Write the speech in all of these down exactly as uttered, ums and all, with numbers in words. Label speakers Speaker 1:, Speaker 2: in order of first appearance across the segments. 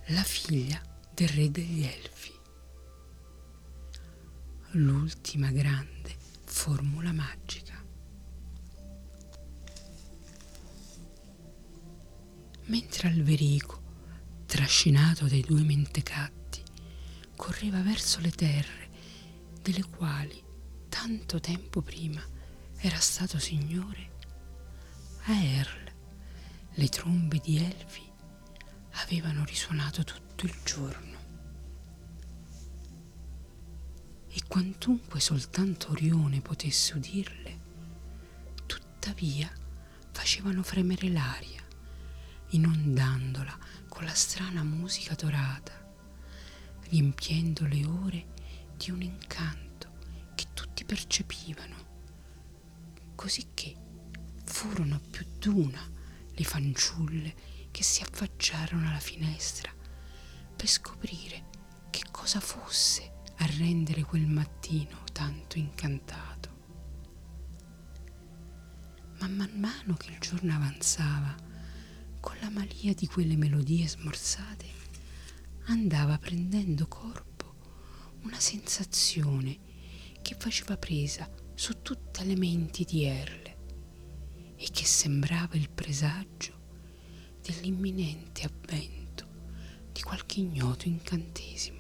Speaker 1: la figlia del re degli Elfi. L'ultima grande formula magica. Mentre Alberico, trascinato dai due mentecatti, correva verso le terre delle quali tanto tempo prima era stato signore, a Erl le trombe di Elfi avevano risuonato tutto il giorno. E quantunque soltanto Orione potesse udirle, tuttavia facevano fremere l'aria, inondandola con la strana musica dorata, riempiendo le ore di un incanto che tutti percepivano, cosicché furono più d'una le fanciulle che si affacciarono alla finestra per scoprire che cosa fosse a rendere quel mattino tanto incantato. Ma man mano che il giorno avanzava, con la malia di quelle melodie smorzate, andava prendendo corpo una sensazione che faceva presa su tutte le menti di Erle e che sembrava il presagio dell'imminente avvento di qualche ignoto incantesimo.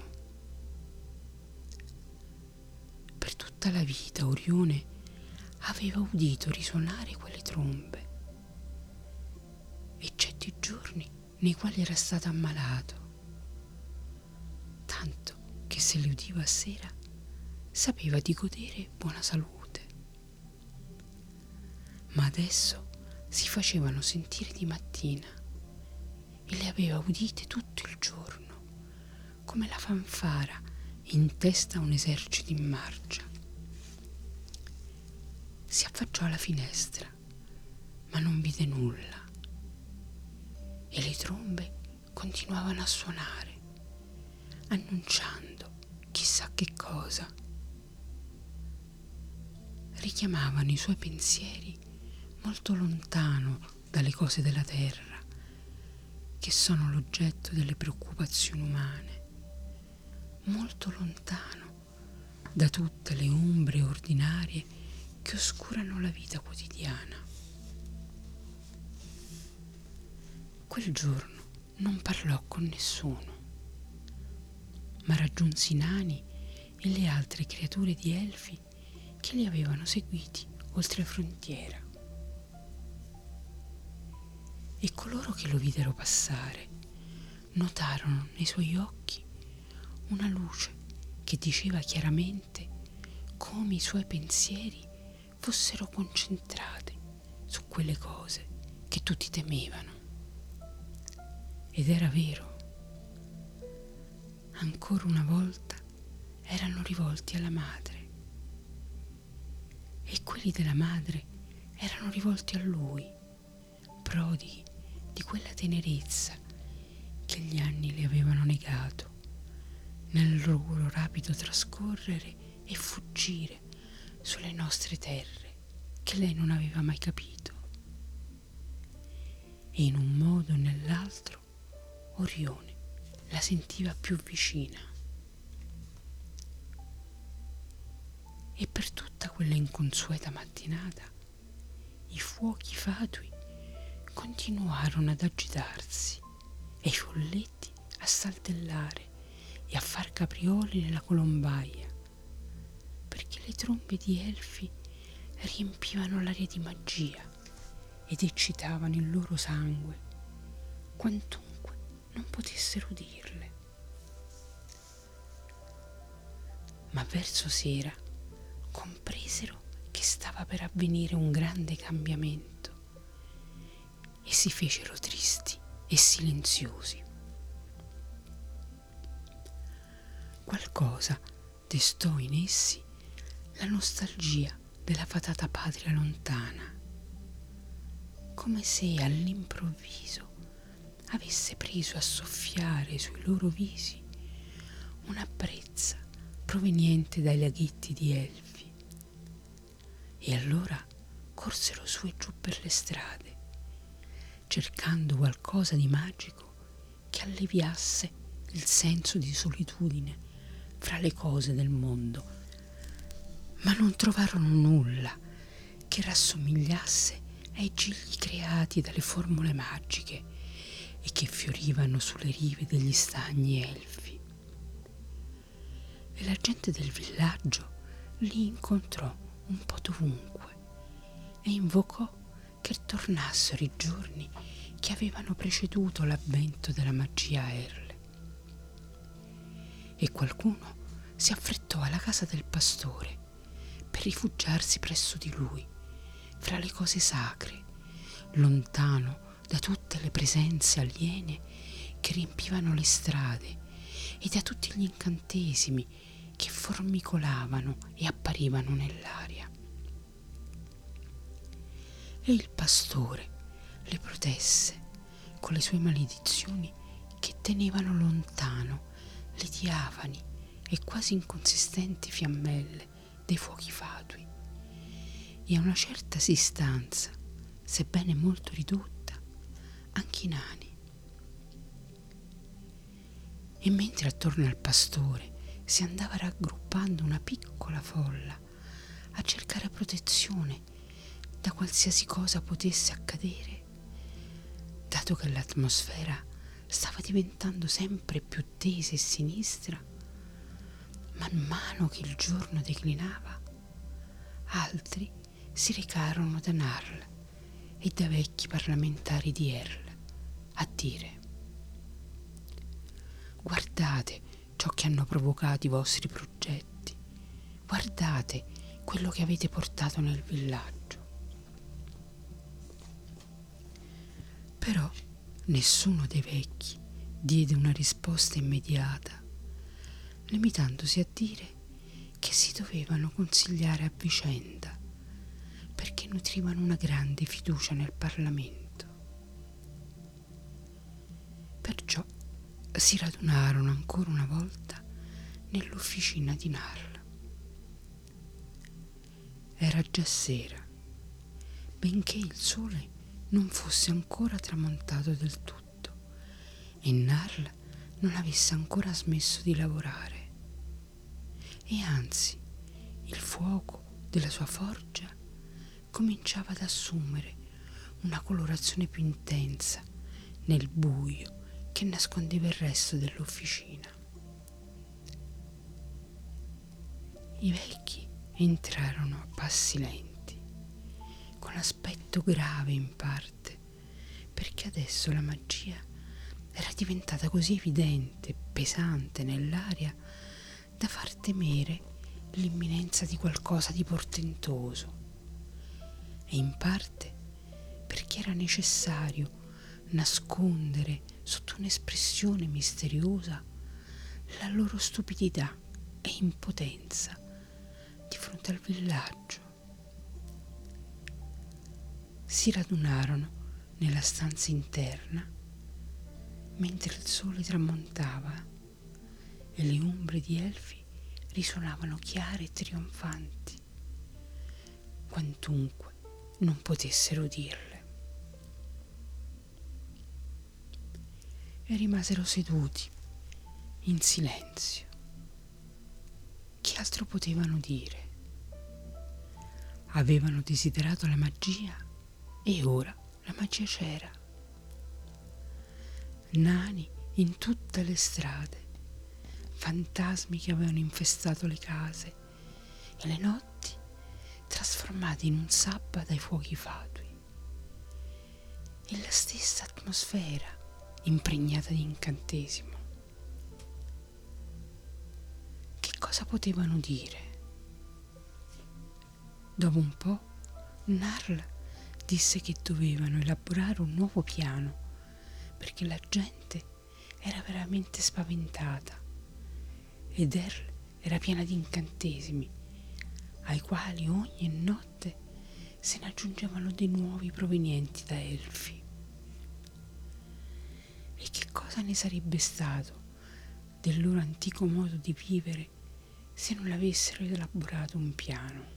Speaker 1: Per tutta la vita Orione aveva udito risuonare quelle trombe, eccetto i giorni nei quali era stato ammalato, tanto che se le udiva a sera sapeva di godere buona salute. Ma adesso si facevano sentire di mattina e le aveva udite tutto il giorno, come la fanfara in testa a un esercito in marcia. Si affacciò alla finestra, ma non vide nulla, e le trombe continuavano a suonare, annunciando chissà che cosa. Richiamavano i suoi pensieri molto lontano dalle cose della terra, che sono l'oggetto delle preoccupazioni umane, molto lontano da tutte le ombre ordinarie che oscurano la vita quotidiana. Quel giorno non parlò con nessuno, ma raggiunse i nani e le altre creature di Elfi che li avevano seguiti oltre frontiera. E coloro che lo videro passare notarono nei suoi occhi una luce che diceva chiaramente come i suoi pensieri fossero concentrati su quelle cose che tutti temevano. Ed era vero. Ancora una volta erano rivolti alla madre, e quelli della madre erano rivolti a lui, prodighi di quella tenerezza che gli anni le avevano negato nel loro rapido trascorrere e fuggire sulle nostre terre che lei non aveva mai capito. E in un modo o nell'altro Orione la sentiva più vicina. E per tutta quella inconsueta mattinata i fuochi fatui continuarono ad agitarsi e i folletti a saltellare e a far caprioli nella colombaia, perché le trombe di Elfi riempivano l'aria di magia ed eccitavano il loro sangue, quantunque non potessero udirle. Ma verso sera compresero che stava per avvenire un grande cambiamento e si fecero tristi e silenziosi. Qualcosa destò in essi la nostalgia della fatata patria lontana, come se all'improvviso avesse preso a soffiare sui loro visi una brezza proveniente dai laghetti di Elfi. E allora corsero su e giù per le strade, cercando qualcosa di magico che alleviasse il senso di solitudine fra le cose del mondo, ma non trovarono nulla che rassomigliasse ai gigli creati dalle formule magiche e che fiorivano sulle rive degli stagni elfi. E la gente del villaggio li incontrò un po' dovunque e invocò che tornassero i giorni che avevano preceduto l'avvento della magia Erle. E qualcuno si affrettò alla casa del pastore per rifugiarsi presso di lui, fra le cose sacre, lontano da tutte le presenze aliene che riempivano le strade e da tutti gli incantesimi che formicolavano e apparivano nell'aria. E il pastore le protesse con le sue maledizioni che tenevano lontano le diafani e quasi inconsistenti fiammelle dei fuochi fatui, e a una certa distanza, sebbene molto ridotta, anche i nani. E mentre attorno al pastore si andava raggruppando una piccola folla a cercare protezione da qualsiasi cosa potesse accadere, dato che l'atmosfera stava diventando sempre più tesa e sinistra, man mano che il giorno declinava, altri si recarono da Narl e da vecchi parlamentari di Erl a dire: guardate ciò che hanno provocato i vostri progetti, guardate quello che avete portato nel villaggio. Però nessuno dei vecchi diede una risposta immediata, limitandosi a dire che si dovevano consigliare a vicenda perché nutrivano una grande fiducia nel Parlamento. Perciò si radunarono ancora una volta nell'officina di Narl. Era già sera, benché il sole non fosse ancora tramontato del tutto e Narl non avesse ancora smesso di lavorare, e anzi il fuoco della sua forgia cominciava ad assumere una colorazione più intensa nel buio che nascondeva il resto dell'officina. I vecchi entrarono a passi lenti, con aspetto grave in parte, perché adesso la magia era diventata così evidente e pesante nell'aria da far temere l'imminenza di qualcosa di portentoso, e in parte perché era necessario nascondere sotto un'espressione misteriosa la loro stupidità e impotenza di fronte al villaggio. Si radunarono nella stanza interna mentre il sole tramontava e le ombre di elfi risuonavano chiare e trionfanti, quantunque non potessero udirle. E rimasero seduti in silenzio. Che altro potevano dire? Avevano desiderato la magia e ora la magia c'era. Nani in tutte le strade, fantasmi che avevano infestato le case e le notti trasformate in un sabba dai fuochi fatui, e la stessa atmosfera impregnata di incantesimo. Che cosa potevano dire? Dopo un po' Narl disse che dovevano elaborare un nuovo piano perché la gente era veramente spaventata ed Erl era piena di incantesimi ai quali ogni notte se ne aggiungevano dei nuovi provenienti da elfi. E che cosa ne sarebbe stato del loro antico modo di vivere se non avessero elaborato un piano?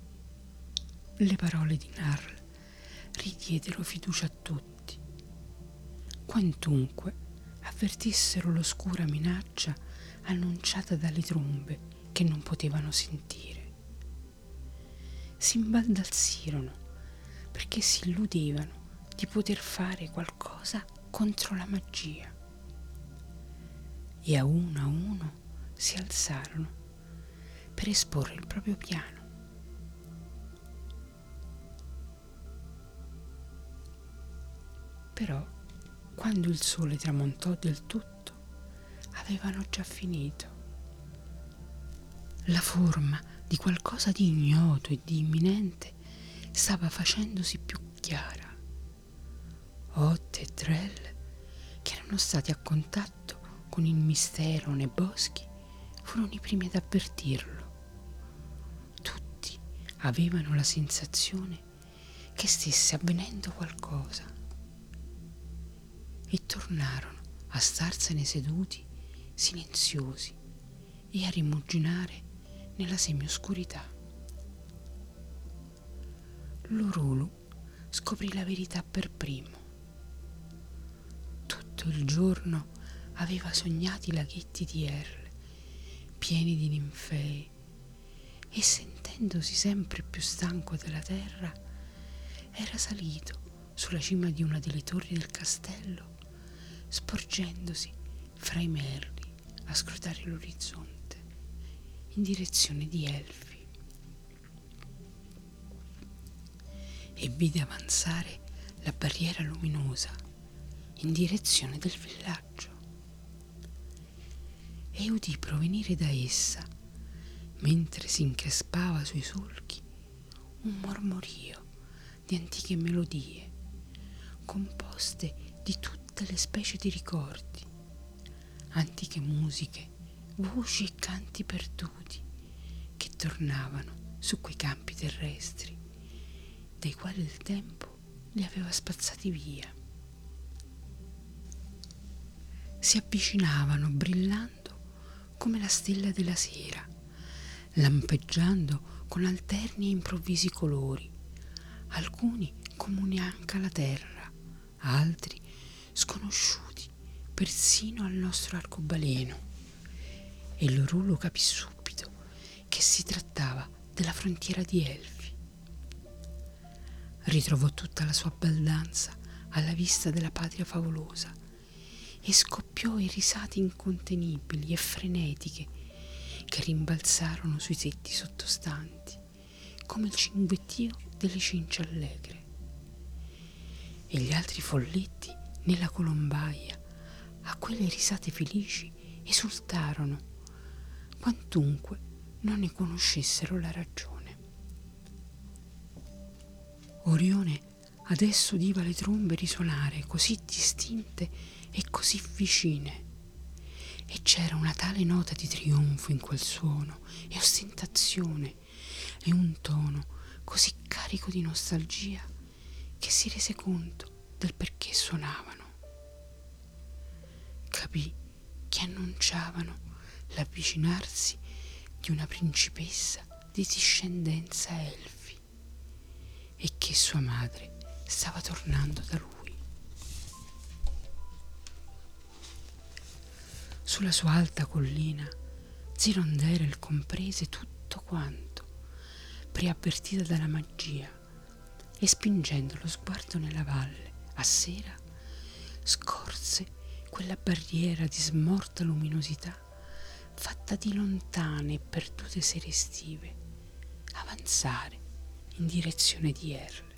Speaker 1: Le parole di Narl ridiedero fiducia a tutti, quantunque avvertissero l'oscura minaccia annunciata dalle trombe che non potevano sentire. Si imbaldazirono perché si illudevano di poter fare qualcosa contro la magia e a uno a uno si alzarono per esporre il proprio piano. Però, quando il sole tramontò del tutto, avevano già finito. La forma di qualcosa di ignoto e di imminente stava facendosi più chiara. Ott e Drell, che erano stati a contatto con il mistero nei boschi, furono i primi ad avvertirlo. Tutti avevano la sensazione che stesse avvenendo qualcosa e tornarono a starsene seduti, silenziosi, e a rimuginare nella semioscurità. Lorulu scoprì la verità per primo. Tutto il giorno aveva sognato i laghetti di Erle, pieni di ninfei, e sentendosi sempre più stanco della terra, era salito sulla cima di una delle torri del castello, sporgendosi fra i merli a scrutare l'orizzonte in direzione di Elfi, e vide avanzare la barriera luminosa in direzione del villaggio e udì provenire da essa, mentre si increspava sui solchi, un mormorio di antiche melodie composte di tutte le specie di ricordi, antiche musiche, voci e canti perduti che tornavano su quei campi terrestri dai quali il tempo li aveva spazzati via. Si avvicinavano brillando come la stella della sera, lampeggiando con alterni e improvvisi colori, alcuni comuni anche alla terra, altri sconosciuti persino al nostro arcobaleno, e Lorulu capì subito che si trattava della frontiera di Elfi. Ritrovò tutta la sua baldanza alla vista della patria favolosa e scoppiò in risate incontenibili e frenetiche che rimbalzarono sui tetti sottostanti come il cinguettio delle cince allegre. E gli altri folletti nella colombaia, a quelle risate felici, esultarono, quantunque non ne conoscessero la ragione. Orione adesso udiva le trombe risuonare così distinte e così vicine, e c'era una tale nota di trionfo in quel suono e ostentazione e un tono così carico di nostalgia che si rese conto del perché suonavano. Capì che annunciavano l'avvicinarsi di una principessa di discendenza elfi e che sua madre stava tornando da lui. Sulla sua alta collina Zirondere comprese tutto quanto, preavvertita dalla magia, e spingendo lo sguardo nella valle a sera scorse quella barriera di smorta luminosità fatta di lontane e perdute sere estive avanzare in direzione di Erle.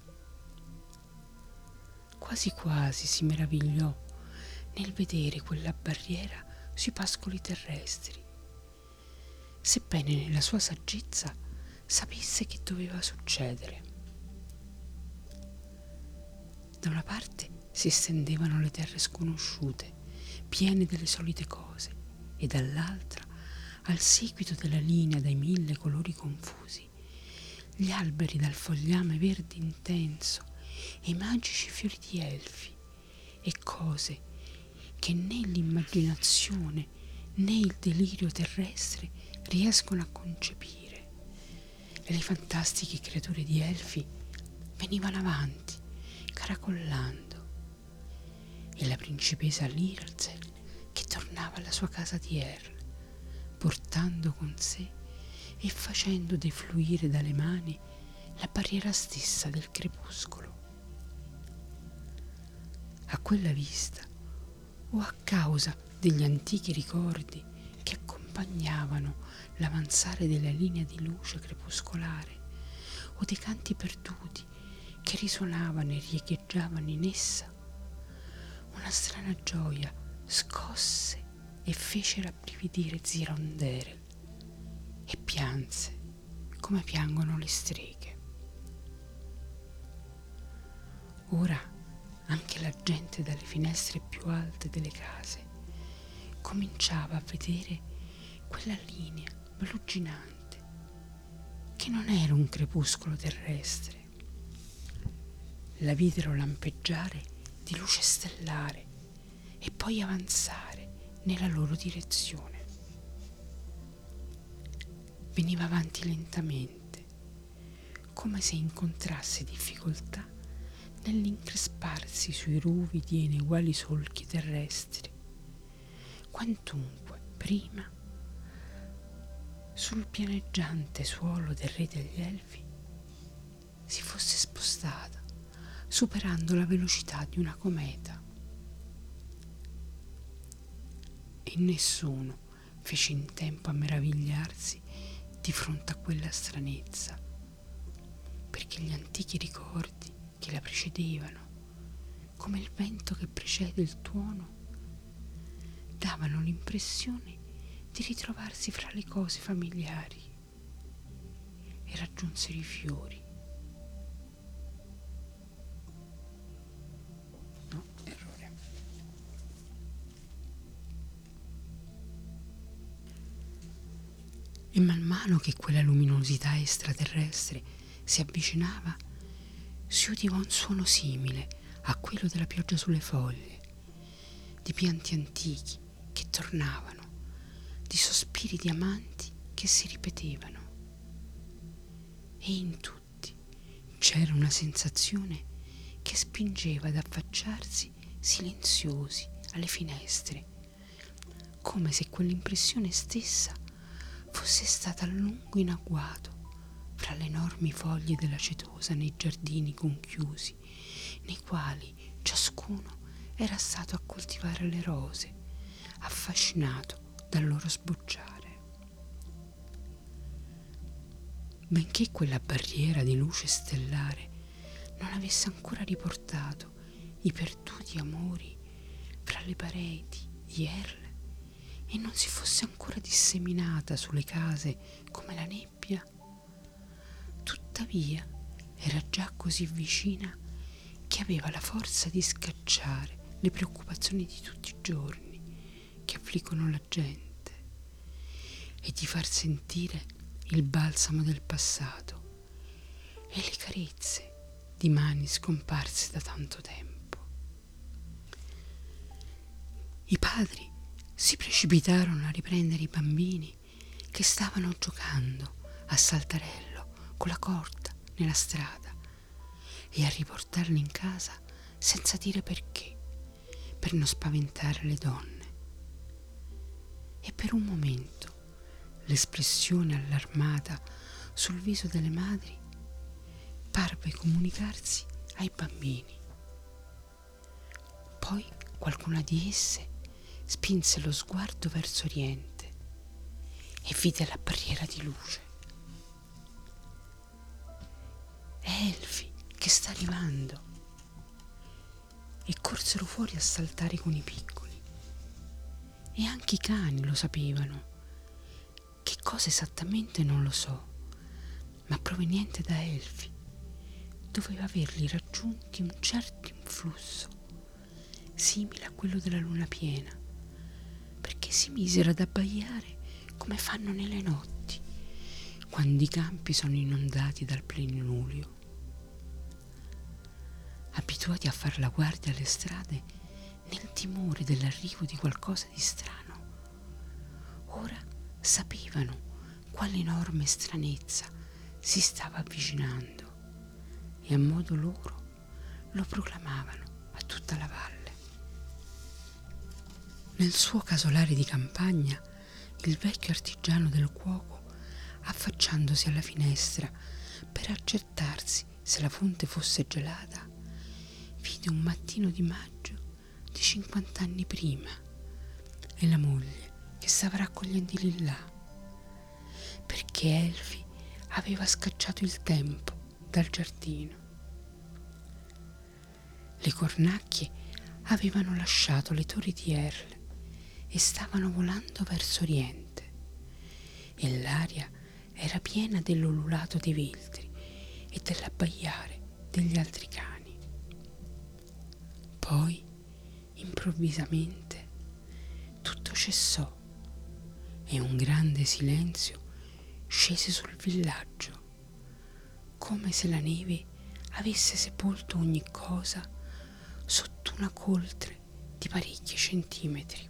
Speaker 1: Quasi quasi si meravigliò nel vedere quella barriera sui pascoli terrestri, sebbene nella sua saggezza sapesse che doveva succedere. Da una parte si estendevano le terre sconosciute, piene delle solite cose, e dall'altra, al seguito della linea dai mille colori confusi, gli alberi dal fogliame verde intenso e i magici fiori di elfi, e cose che né l'immaginazione né il delirio terrestre riescono a concepire. E le fantastiche creature di elfi venivano avanti, caracollando, e la principessa Lirzel che tornava alla sua casa di Er, portando con sé e facendo defluire dalle mani la barriera stessa del crepuscolo. A quella vista, o a causa degli antichi ricordi che accompagnavano l'avanzare della linea di luce crepuscolare, o dei canti perduti che risuonavano e riecheggiavano in essa, una strana gioia scosse e fece rabbrividire Zirondere, e pianse come piangono le streghe. Ora anche la gente dalle finestre più alte delle case cominciava a vedere quella linea bluginante, che non era un crepuscolo terrestre. La videro lampeggiare di luce stellare e poi avanzare nella loro direzione. Veniva avanti lentamente, come se incontrasse difficoltà nell'incresparsi sui ruvi di ineguali solchi terrestri, quantunque prima sul pianeggiante suolo del re degli elfi si fosse spostata, superando la velocità di una cometa. E nessuno fece in tempo a meravigliarsi di fronte a quella stranezza, perché gli antichi ricordi che la precedevano, come il vento che precede il tuono, davano l'impressione di ritrovarsi fra le cose familiari, e raggiunsero i fiori. No, errore. E man mano che quella luminosità extraterrestre si avvicinava, si udiva un suono simile a quello della pioggia sulle foglie, di pianti antichi che tornavano, di sospiri di amanti che si ripetevano. E in tutti c'era una sensazione che spingeva ad affacciarsi silenziosi alle finestre, come se quell'impressione stessa fosse stata a lungo in agguato fra le enormi foglie dell'acetosa nei giardini conchiusi, nei quali ciascuno era stato a coltivare le rose, affascinato dal loro sbocciare. Benché quella barriera di luce stellare non avesse ancora riportato i perduti amori fra le pareti di Erle e non si fosse ancora disseminata sulle case come la nebbia, tuttavia era già così vicina che aveva la forza di scacciare le preoccupazioni di tutti i giorni che affliggono la gente e di far sentire il balsamo del passato e le carezze di mani scomparse da tanto tempo. I padri si precipitarono a riprendere i bambini che stavano giocando a saltarello con la corda nella strada e a riportarli in casa senza dire perché, per non spaventare le donne. E per un momento l'espressione allarmata sul viso delle madri parve comunicarsi ai bambini. Poi qualcuna di esse spinse lo sguardo verso oriente e vide la barriera di luce. È Elfi che sta arrivando! E corsero fuori a saltare con i piccoli. E anche i cani lo sapevano. Che cosa esattamente non lo so, ma proveniente da Elfi doveva averli raggiunti un certo influsso, simile a quello della luna piena, perché si misero ad abbaiare come fanno nelle notti, quando i campi sono inondati dal plenilunio. Abituati a far la guardia alle strade nel timore dell'arrivo di qualcosa di strano, ora sapevano quale enorme stranezza si stava avvicinando e a modo loro lo proclamavano a tutta la valle. Nel suo casolare di campagna, il vecchio artigiano del cuoco, affacciandosi alla finestra per accertarsi se la fonte fosse gelata, vide un mattino di maggio di cinquant'anni prima e la moglie che stava raccogliendo i lillà, perché Elfi aveva scacciato il tempo dal giardino. Le cornacchie avevano lasciato le torri di Erle e stavano volando verso oriente, e l'aria era piena dell'ululato dei veltri e dell'abbaiare degli altri cani. Poi, improvvisamente, tutto cessò e un grande silenzio scese sul villaggio, come se la neve avesse sepolto ogni cosa sotto una coltre di parecchi centimetri.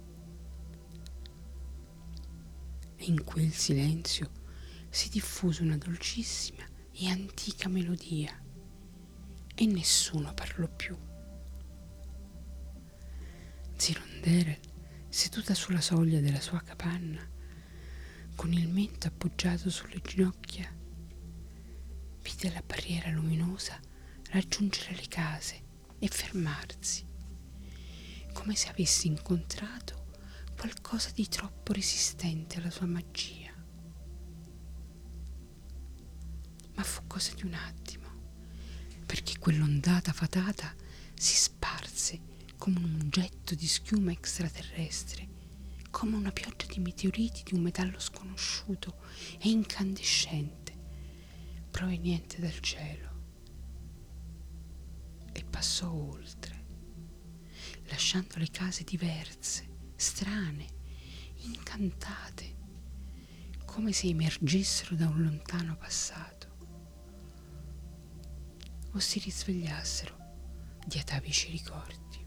Speaker 1: E in quel silenzio si diffuse una dolcissima e antica melodia e nessuno parlò più. Zirondere, seduta sulla soglia della sua capanna, con il mento appoggiato sulle ginocchia, vide la barriera luminosa raggiungere le case e fermarsi, come se avesse incontrato qualcosa di troppo resistente alla sua magia. Ma fu cosa di un attimo, perché quell'ondata fatata si sparse come un getto di schiuma extraterrestre, come una pioggia di meteoriti di un metallo sconosciuto e incandescente proveniente dal cielo, e passò oltre, lasciando le case diverse, strane, incantate, come se emergessero da un lontano passato o si risvegliassero di atavici ricordi.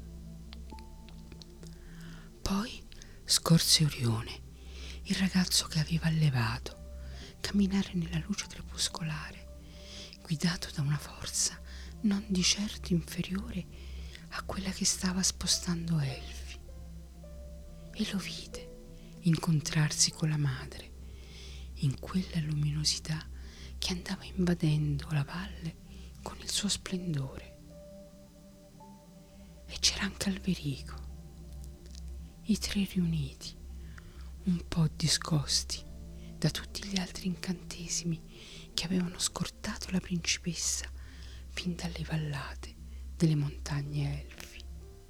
Speaker 1: Poi scorse Orione, il ragazzo che aveva allevato, camminare nella luce crepuscolare, guidato da una forza non di certo inferiore a quella che stava spostando Elfi, e lo vide incontrarsi con la madre in quella luminosità che andava invadendo la valle con il suo splendore. E c'era anche Alberico, i tre riuniti, un po' discosti da tutti gli altri incantesimi che avevano scortato la principessa fin dalle vallate delle montagne Elfi.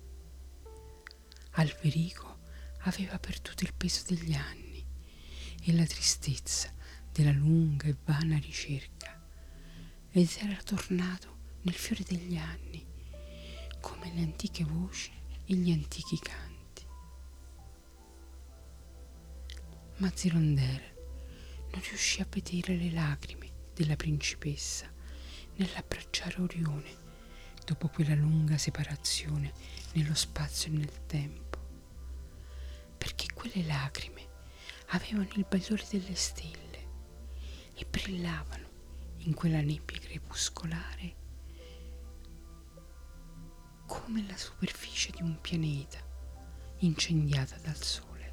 Speaker 1: Alberico aveva perduto il peso degli anni e la tristezza della lunga e vana ricerca, ed era tornato nel fiore degli anni, come le antiche voci e gli antichi canti. Ma Zirondere non riuscì a vedere le lacrime della principessa nell'abbracciare Orione dopo quella lunga separazione nello spazio e nel tempo, perché quelle lacrime avevano il bagliore delle stelle e brillavano in quella nebbia crepuscolare come la superficie di un pianeta incendiata dal sole.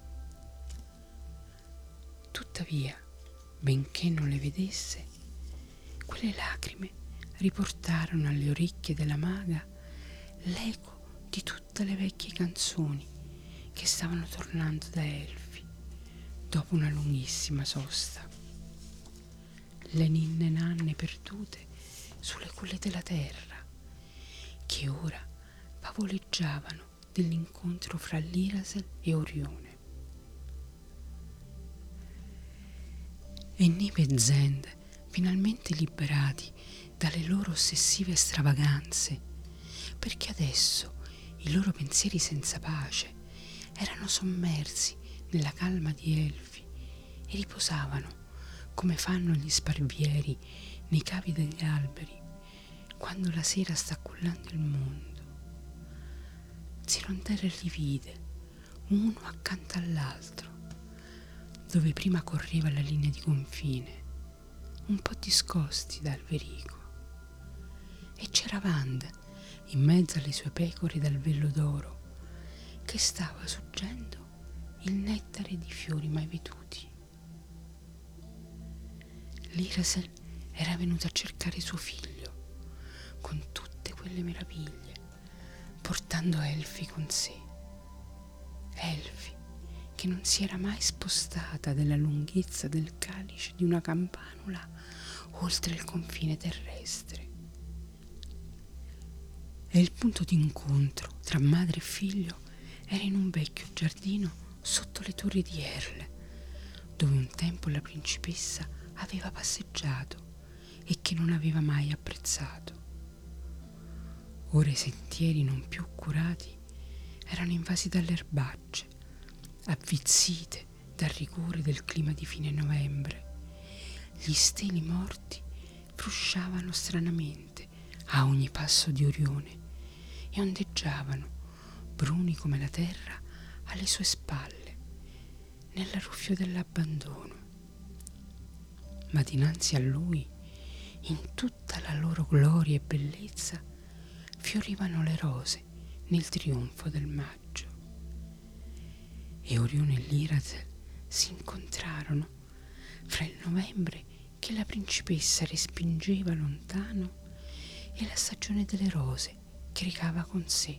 Speaker 1: Tuttavia, benché non le vedesse, quelle lacrime riportarono alle orecchie della maga l'eco di tutte le vecchie canzoni che stavano tornando da Elfi dopo una lunghissima sosta. Le ninne nanne perdute sulle culle della terra, che ora favoleggiavano dell'incontro fra l'Irasel e Orione. E Nipe e Zend, finalmente liberati dalle loro ossessive stravaganze, perché adesso i loro pensieri senza pace erano sommersi nella calma di Elfi e riposavano come fanno gli sparvieri nei cavi degli alberi quando la sera sta cullando il mondo. Zirondere li vide, uno accanto all'altro, dove prima correva la linea di confine, un po' discosti da Alberico, e c'era Wanda in mezzo alle sue pecore dal vello d'oro, che stava suggendo il nettare di fiori mai veduti. L'Irasel era venuta a cercare suo figlio con tutte quelle meraviglie, portando Elfi con sé. Elfi che non si era mai spostata della lunghezza del calice di una campanula oltre il confine terrestre. E il punto d'incontro tra madre e figlio era in un vecchio giardino sotto le torri di Erle, dove un tempo la principessa aveva passeggiato e che non aveva mai apprezzato. Ora i sentieri non più curati erano invasi dalle erbacce, avvizzite dal rigore del clima di fine novembre. Gli steli morti frusciavano stranamente a ogni passo di Orione e ondeggiavano, bruni come la terra, alle sue spalle, nell'arruffio dell'abbandono. Ma dinanzi a lui, in tutta la loro gloria e bellezza, fiorivano le rose nel trionfo del maggio. E Orione e l'Irasel si incontrarono fra il novembre che la principessa respingeva lontano e la stagione delle rose che recava con sé.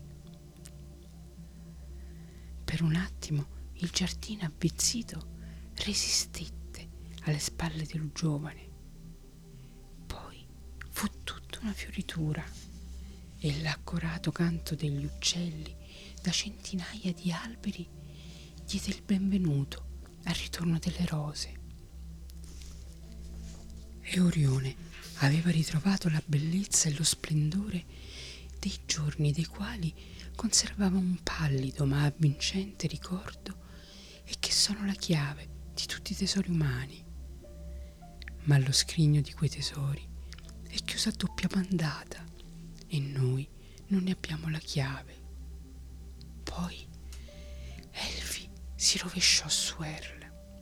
Speaker 1: Per un attimo il giardino avvizzito resistette alle spalle del giovane. Poi fu tutta una fioritura e l'accorato canto degli uccelli da centinaia di alberi diede il benvenuto al ritorno delle rose. E Orione aveva ritrovato la bellezza e lo splendore dei giorni dei quali conservava un pallido ma avvincente ricordo e che sono la chiave di tutti i tesori umani. Ma lo scrigno di quei tesori è chiuso a doppia mandata e noi non ne abbiamo la chiave. Poi Elfi si rovesciò su Erle.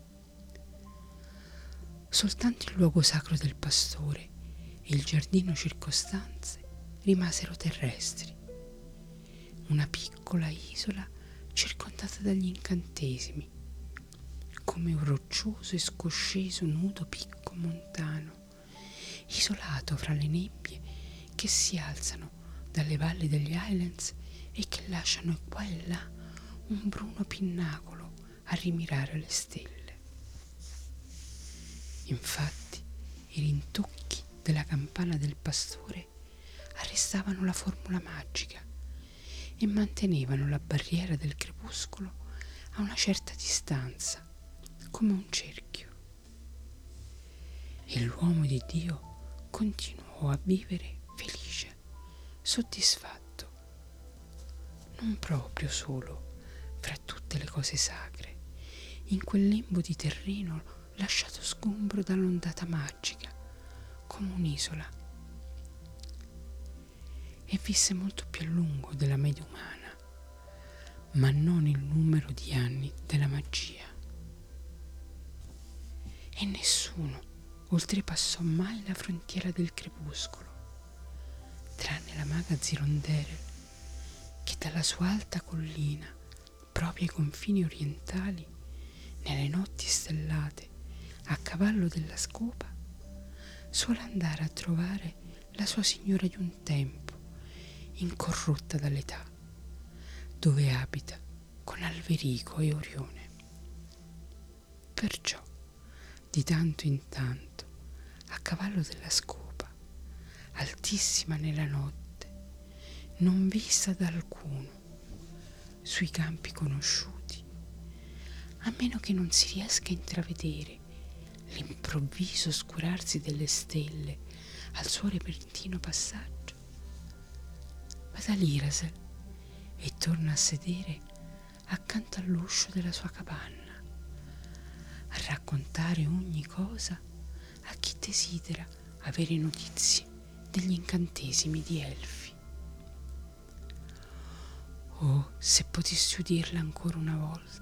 Speaker 1: Soltanto il luogo sacro del pastore e il giardino circostante rimasero terrestri. Una piccola isola circondata dagli incantesimi, come un roccioso e scosceso nudo picco montano, isolato fra le nebbie che si alzano dalle valli degli Highlands e che lasciano qua e là un bruno pinnacolo a rimirare le stelle. Infatti i rintocchi della campana del pastore arrestavano la formula magica e mantenevano la barriera del crepuscolo a una certa distanza, come un cerchio. E l'uomo di Dio continuò a vivere felice, soddisfatto, non proprio solo fra tutte le cose sacre, in quel lembo di terreno lasciato sgombro dall'ondata magica, come un'isola, e visse molto più a lungo della media umana, ma non il numero di anni della magia. E nessuno oltrepassò mai la frontiera del crepuscolo, tranne la maga Zirondere, che dalla sua alta collina, proprio ai confini orientali, nelle notti stellate, a cavallo della scopa, suole andare a trovare la sua signora di un tempo, incorrotta dall'età, dove abita con Alverico e Orione. Perciò, di tanto in tanto, a cavallo della scopa, altissima nella notte, non vista da alcuno, sui campi conosciuti, a meno che non si riesca a intravedere l'improvviso oscurarsi delle stelle al suo repentino passaggio, va da l'Irasel e torna a sedere accanto all'uscio della sua capanna, a raccontare ogni cosa a chi desidera avere notizie degli incantesimi di Elfi. Oh, se potessi udirla ancora una volta!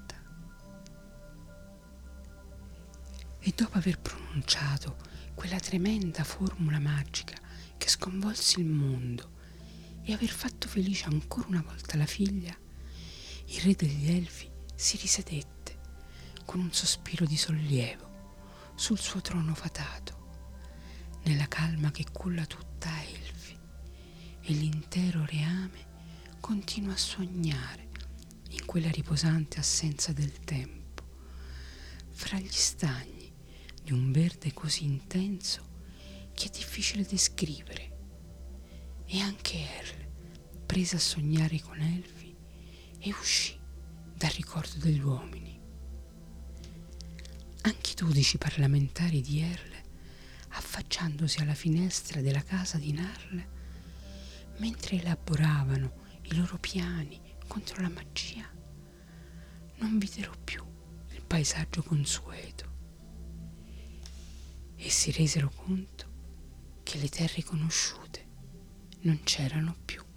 Speaker 1: E dopo aver pronunciato quella tremenda formula magica che sconvolse il mondo e aver fatto felice ancora una volta la figlia, il re degli elfi si risedette con un sospiro di sollievo sul suo trono fatato, nella calma che culla tutta Elfi, e l'intero reame continua a sognare in quella riposante assenza del tempo, fra gli stagni di un verde così intenso che è difficile descrivere. E anche Earl, presa a sognare con Elfi, e uscì dal ricordo degli uomini. Anche i dodici parlamentari di Earl, affacciandosi alla finestra della casa di Narl, mentre elaboravano i loro piani contro la magia, non videro più il paesaggio consueto e si resero conto che le terre conosciute non c'erano più.